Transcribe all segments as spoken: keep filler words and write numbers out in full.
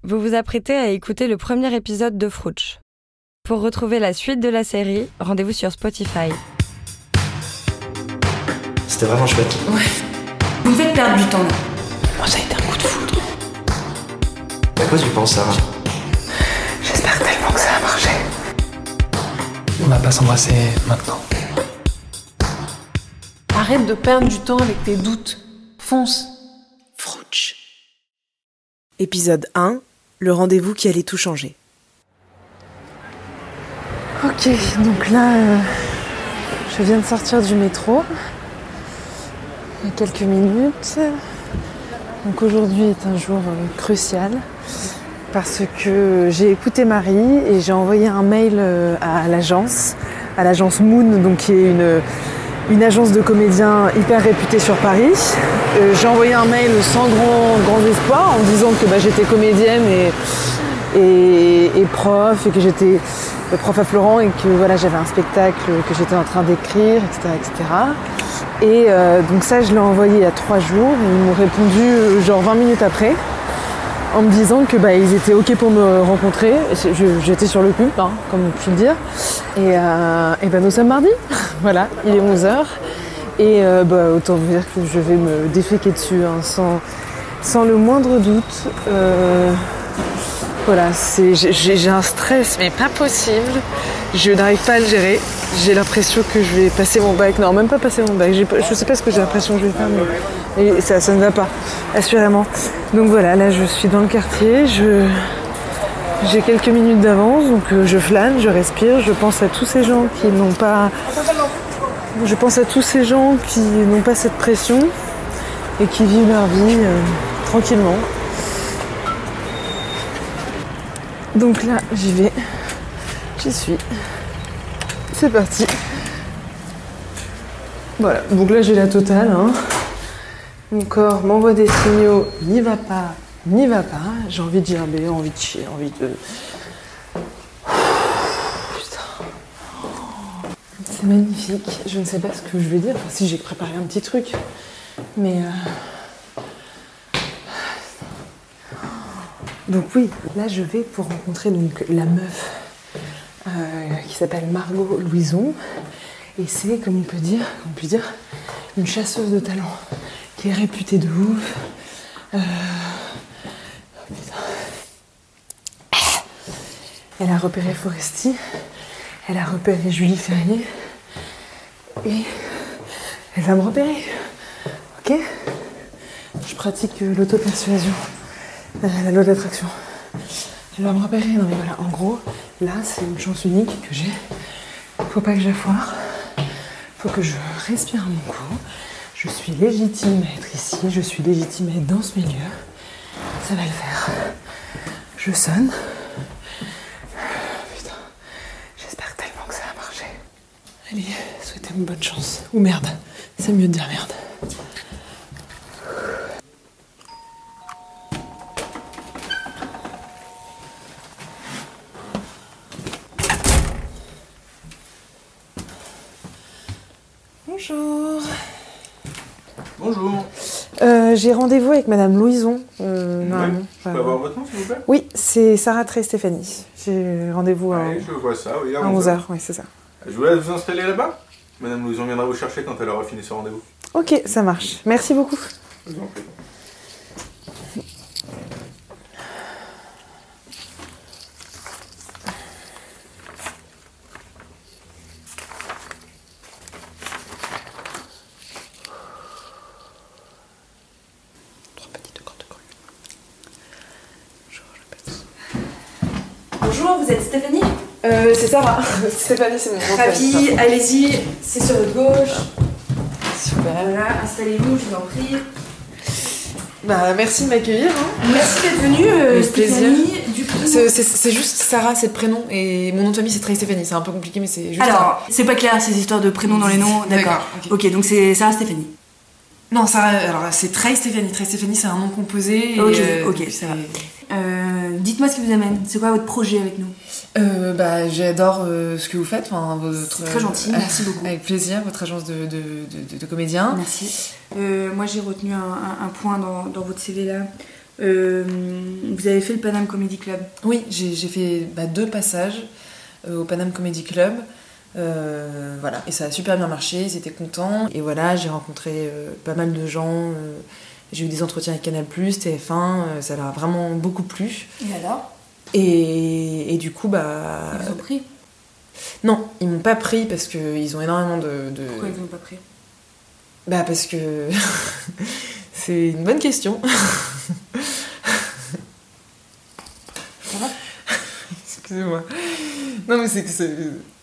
Vous vous apprêtez à écouter le premier épisode de Frouch. Pour retrouver la suite de la série, rendez-vous sur Spotify. C'était vraiment chouette. Ouais. Vous me faites perdre du temps, là. Moi, ça a été un coup de foudre. À quoi tu penses, Sarah? J'espère tellement que ça a marché. On va pas s'embrasser maintenant. Arrête de perdre du temps avec tes doutes. Fonce. Frouch. Épisode un, le rendez-vous qui allait tout changer. Ok, donc là, euh, je viens de sortir du métro, il y a quelques minutes. Donc aujourd'hui est un jour euh, crucial parce que j'ai écouté Marie et j'ai envoyé un mail euh, à l'agence, à l'agence Moon, donc qui est une, une agence de comédiens hyper réputée sur Paris. Euh, j'ai envoyé un mail sans grand, grand espoir en disant que bah, j'étais comédienne et, et, et prof et que j'étais prof à Florent et que voilà, j'avais un spectacle que j'étais en train d'écrire, et cetera et cetera. Et euh, donc ça, je l'ai envoyé il y a trois jours. Et ils m'ont répondu euh, genre vingt minutes après en me disant que bah, ils étaient ok pour me rencontrer. Je, j'étais sur le cul, hein, comme on peut le dire. Et, euh, et ben nous sommes mardi. Voilà, il est onze heures. Et euh, bah, autant vous dire que je vais me déféquer dessus hein, sans, sans le moindre doute. Euh, Voilà, c'est, j'ai, j'ai un stress, mais pas possible. Je n'arrive pas à le gérer. J'ai l'impression que je vais passer mon bac. Non, même pas passer mon bac. J'ai pas, je sais pas ce que j'ai l'impression que je vais faire, mais et ça, ça ne va pas, assurément. Donc voilà, là, je suis dans le quartier. Je, j'ai quelques minutes d'avance, donc euh, je flâne, je respire. Je pense à tous ces gens qui n'ont pas... Je pense à tous ces gens qui n'ont pas cette pression et qui vivent leur vie euh, tranquillement. Donc là, j'y vais. J'y suis. C'est parti. Voilà. Donc là, j'ai la totale. Hein. Mon corps m'envoie des signaux. N'y va pas, n'y va pas. J'ai envie de gerber, envie de chier, envie de... Putain. C'est magnifique. Je ne sais pas ce que je vais dire. Enfin, si j'ai préparé un petit truc. Mais... Euh... Donc oui, là je vais pour rencontrer donc la meuf euh, qui s'appelle Margot Louison et c'est, comme on peut dire, comme on peut dire, une chasseuse de talent qui est réputée de ouf. Euh... Oh, putain. Elle a repéré Foresti, elle a repéré Julie Ferrier et elle va me repérer. Ok ? Je pratique l'auto-persuasion. La loi d'attraction. Elle va me repérer. Non mais voilà, en gros, là c'est une chance unique que j'ai. Faut pas que je la foire. Faut que je respire à mon cou. Je suis légitime à être ici. Je suis légitime à être dans ce milieu. Ça va le faire. Je sonne. Putain. J'espère tellement que ça va marcher. Allez, souhaitez-moi bonne chance. Ou merde. C'est mieux de dire merde. Bonjour. Bonjour. Euh, j'ai rendez-vous avec Madame Louison. Euh, ouais. Je peux avoir votre nom, s'il vous plaît? Oui, c'est Sarah Trey Stéphanie. J'ai rendez-vous à, ouais, je vois ça, oui, à, à onze heures. Oui, c'est ça. Je vous laisse vous installer là-bas. Madame Louison viendra vous chercher quand elle aura fini son rendez-vous. Ok, ça marche. Merci beaucoup. Je vous en prie. Bonjour, vous êtes Stéphanie ? Euh, c'est Sarah. Stéphanie, c'est mon nom. Ravi, allez-y, c'est sur votre gauche. Super. Voilà, installez-vous, je vous en prie. Bah, merci de m'accueillir. Hein. Merci d'être venue, euh, Avec Stéphanie. plaisir. Du coup... C'est, c'est, c'est juste Sarah, c'est le prénom, et mon nom de famille, c'est Trey Stéphanie. C'est un peu compliqué, mais c'est juste... Alors, Sarah. c'est pas clair ces histoires de prénoms dans les noms, d'accord. D'accord, ok, donc c'est Sarah Stéphanie. Non, Sarah, alors c'est Trey Stéphanie. Trey Stéphanie, c'est un nom composé. Et Ok, euh, ok, ça va. Euh, dites-moi ce qui vous amène, c'est quoi votre projet avec nous ? Euh, bah, j'adore euh, ce que vous faites. Enfin, votre, C'est très gentil, euh, merci beaucoup. Avec plaisir, votre agence de, de, de, de, de comédiens. Merci. Euh, moi, j'ai retenu un, un, un point dans, dans votre C V là. Euh, vous avez fait le Paname Comedy Club. Oui, j'ai, j'ai fait bah, deux passages euh, au Paname Comedy Club. Euh, voilà, et ça a super bien marché, ils étaient contents. Et voilà, j'ai rencontré euh, pas mal de gens. Euh, j'ai eu des entretiens avec Canal plus, T F un, euh, ça leur a vraiment beaucoup plu. Et alors ? Et, et du coup, bah. Ils vous ont pris ? Non, ils m'ont pas pris parce qu'ils ont énormément de. de... Pourquoi ils vous ont pas pris ? Bah, parce que. C'est une bonne question. Ça va ? Excusez-moi. Non, mais c'est que c'est.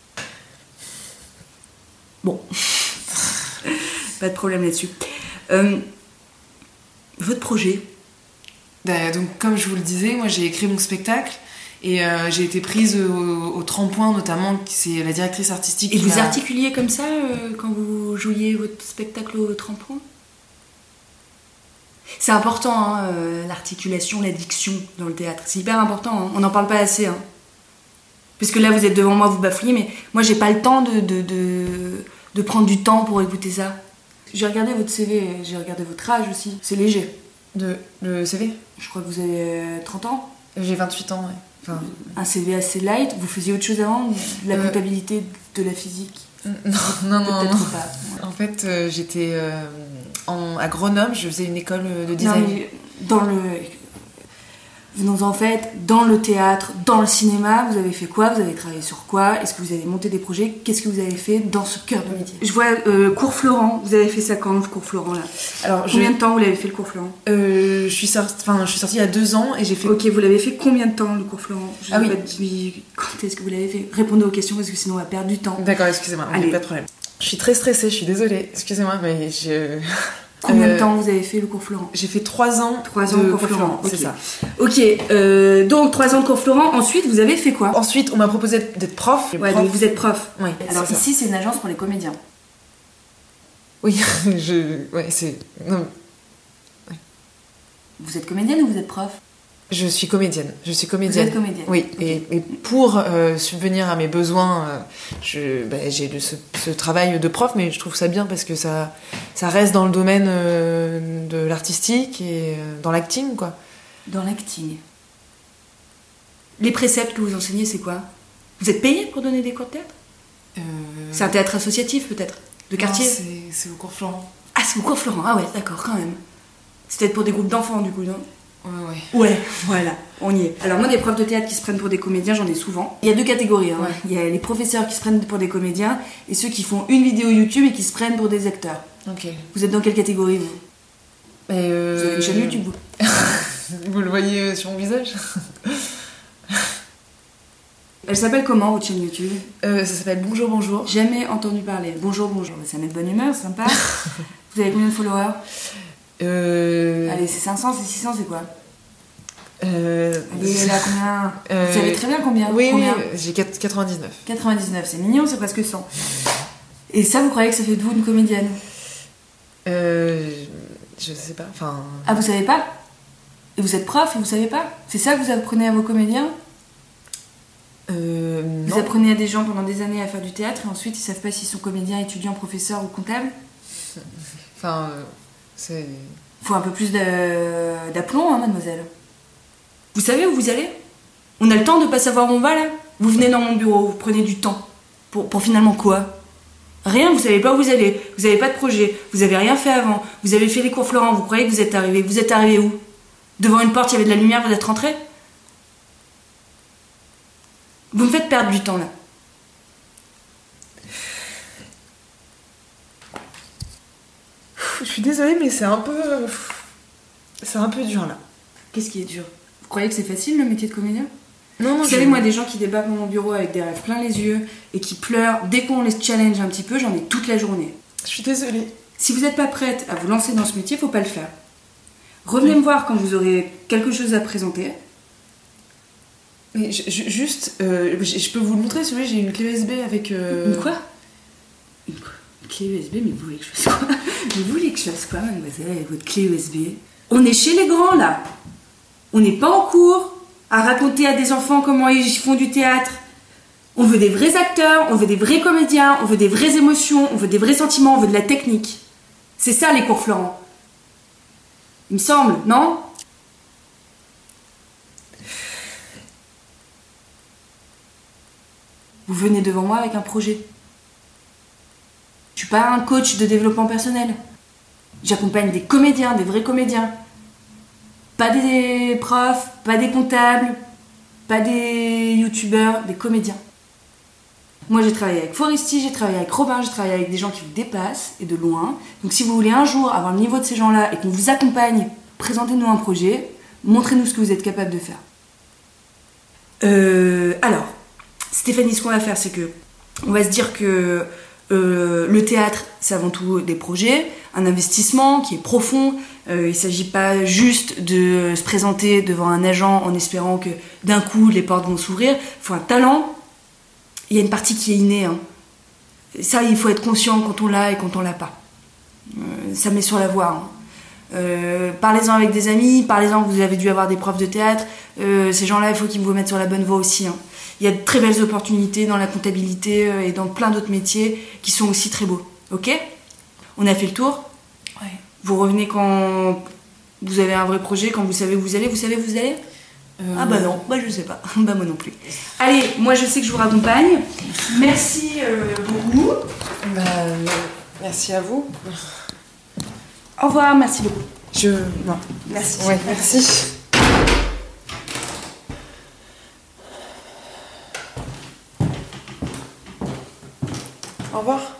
Bon. Pas de problème là-dessus. Euh, votre projet ? Bah, donc, comme je vous le disais, moi j'ai écrit mon spectacle et euh, j'ai été prise au, au Tremplin, notamment, c'est la directrice artistique. Et qui vous m'a... articuliez comme ça euh, quand vous jouiez votre spectacle au Tremplin ? C'est important, hein, euh, l'articulation, la diction dans le théâtre. C'est hyper important, hein. On n'en parle pas assez. Hein. Parce que là, vous êtes devant moi, vous bafouillez, mais moi, j'ai pas le temps de, de, de, de prendre du temps pour écouter ça. J'ai regardé votre C V, j'ai regardé votre âge aussi. C'est léger. De, le C V ? Je crois que vous avez trente ans. J'ai vingt-huit ans, ouais. Enfin... Un C V assez light. Vous faisiez autre chose avant ? De la euh... comptabilité, de la physique ? Non, non, non. Peut-être non. pas. En fait, euh, j'étais euh, en, à Grenoble, je faisais une école de design. Non, mais dans le... Venons en fait, dans le théâtre, dans le cinéma, vous avez fait quoi ? Vous avez travaillé sur quoi ? Est-ce que vous avez monté des projets ? Qu'est-ce que vous avez fait dans ce cœur de métier ? Je vois euh, cours Florent, vous avez fait ça quand, le cours Florent là ? Alors, combien je... de temps vous l'avez fait le cours Florent ? euh, je, suis sorti... enfin, je suis sortie il y a deux ans et j'ai fait... Ok, vous l'avez fait combien de temps le cours Florent ? Je Ah oui. Pas dit quand est-ce que vous l'avez fait ? Répondez aux questions parce que sinon on va perdre du temps. D'accord, excusez-moi, Allez. pas de problème. Je suis très stressée, je suis désolée, excusez-moi, mais je... Combien euh... de temps vous avez fait le cours Florent ? J'ai fait trois ans. Trois ans de de cours cours Florent, Florent, c'est ok. ça. Ok, euh, donc trois ans de cours Florent, ensuite vous avez fait quoi ? Ensuite, on m'a proposé d'être prof. Ouais, prof. donc vous êtes prof. Oui, Alors c'est ça. ici, c'est une agence pour les comédiens. Oui, je... Ouais, c'est... Non. Vous êtes comédienne ou vous êtes prof ? Je suis comédienne. Je suis comédienne. Vous êtes comédienne. Oui, Okay. et, et pour euh, subvenir à mes besoins, euh, je, bah, j'ai le, ce, ce travail de prof, mais je trouve ça bien parce que ça, ça reste dans le domaine euh, de l'artistique et euh, dans l'acting, quoi. Dans l'acting. Les préceptes que vous enseignez, c'est quoi ? Vous êtes payé pour donner des cours de théâtre ? Euh... C'est un théâtre associatif, peut-être ? De quartier ? Non, c'est, c'est au cours Florent. Ah, c'est au cours Florent. Ah ouais, d'accord, quand même. C'est peut-être pour des groupes d'enfants, du coup, non ? Ouais, ouais. Ouais, voilà, on y est. Alors moi, des profs de théâtre qui se prennent pour des comédiens, j'en ai souvent. Il y a deux catégories. Hein. Ouais. Il y a les professeurs qui se prennent pour des comédiens et ceux qui font une vidéo YouTube et qui se prennent pour des acteurs. Ok. Vous êtes dans quelle catégorie, vous ? Et euh... Vous avez une chaîne YouTube, vous ? Vous le voyez sur mon visage ? Elle s'appelle comment, votre chaîne YouTube ? euh, Ça s'appelle Bonjour Bonjour. Jamais entendu parler. Bonjour, bonjour. Ça met de bonne humeur, sympa. Vous avez combien de followers ? Euh... Allez, c'est cinq cents, c'est six cents, c'est quoi ? Euh... Allez, elle a combien ? Euh... Vous savez très bien combien ? Oui, combien oui, j'ai quatre-vingt-dix-neuf. quatre-vingt-dix-neuf, c'est mignon, c'est presque cent. Et ça, vous croyez que ça fait de vous une comédienne ? Euh... Je sais pas, enfin... Ah, vous savez pas ? Et vous êtes prof et vous savez pas ? C'est ça que vous apprenez à vos comédiens ? Euh... Vous Non. apprenez à des gens pendant des années à faire du théâtre et ensuite ils savent pas s'ils sont comédiens, étudiants, professeurs ou comptables ? Enfin, euh, c'est... Faut un peu plus de- d'aplomb, hein, mademoiselle. Vous savez où vous allez ? On a le temps de pas savoir où on va, là ? Vous venez dans mon bureau, vous prenez du temps. Pour, pour finalement quoi ? Rien, vous savez pas où vous allez. Vous avez pas de projet. Vous avez rien fait avant. Vous avez fait les cours Florent. Vous croyez que vous êtes arrivé. Vous êtes arrivé où ? Devant une porte, il y avait de la lumière, vous êtes rentré ? Vous me faites perdre du temps, là. Je suis désolée, mais c'est un peu... C'est un peu dur, là. Qu'est-ce qui est dur ? Vous croyez que c'est facile, le métier de comédien ? Non, non, Vous je... savez, moi, des gens qui débarquent dans mon bureau avec des rêves plein les yeux et qui pleurent, dès qu'on les challenge un petit peu, j'en ai toute la journée. Je suis désolée. Si vous n'êtes pas prête à vous lancer dans ce métier, faut pas le faire. Revenez me voir quand vous aurez quelque chose à présenter. Mais je- je- juste, euh, je je peux vous le montrer, si vous voulez, j'ai une clé U S B avec... euh, Une quoi Une quoi Une clé U S B, mais vous voulez que je fasse quoi Vous voulez que je fasse quoi, mademoiselle, avec votre clé U S B ? On est chez les grands, là. On n'est pas en cours à raconter à des enfants comment ils font du théâtre. On veut des vrais acteurs, on veut des vrais comédiens, on veut des vraies émotions, on veut des vrais sentiments, on veut de la technique. C'est ça, les cours Florent. Il me semble, non ? Vous venez devant moi avec un projet. Je suis pas un coach de développement personnel. J'accompagne des comédiens, des vrais comédiens. Pas des profs, pas des comptables, pas des youtubeurs, des comédiens. Moi j'ai travaillé avec Foresti, j'ai travaillé avec Robin, j'ai travaillé avec des gens qui vous dépassent et de loin. Donc si vous voulez un jour avoir le niveau de ces gens-là et qu'on vous accompagne, présentez-nous un projet, montrez-nous ce que vous êtes capable de faire. Euh, alors, Stéphanie, ce qu'on va faire, c'est que on va se dire que euh, le théâtre, c'est avant tout des projets, un investissement qui est profond. Euh, il ne s'agit pas juste de se présenter devant un agent en espérant que d'un coup les portes vont s'ouvrir. Il faut un talent. Il y a une partie qui est innée. Hein. Ça, il faut être conscient quand on l'a et quand on l'a pas. Euh, ça met sur la voie. Hein. Euh, parlez-en avec des amis, parlez-en que vous avez dû avoir des profs de théâtre. Euh, ces gens-là, il faut qu'ils vous mettent sur la bonne voie aussi. Hein. Il y a de très belles opportunités dans la comptabilité euh, et dans plein d'autres métiers qui sont aussi très beaux. Ok ? On a fait le tour ? Ouais. Vous revenez quand vous avez un vrai projet, quand vous savez où vous allez. Vous savez où vous allez ? euh... Ah bah non, bah je sais pas. Bah moi non plus. Allez, moi je sais que je vous raccompagne. Merci euh, beaucoup. Bah, euh, merci à vous. Au revoir, merci beaucoup. Je... Non. Merci. Ouais, merci. Au revoir.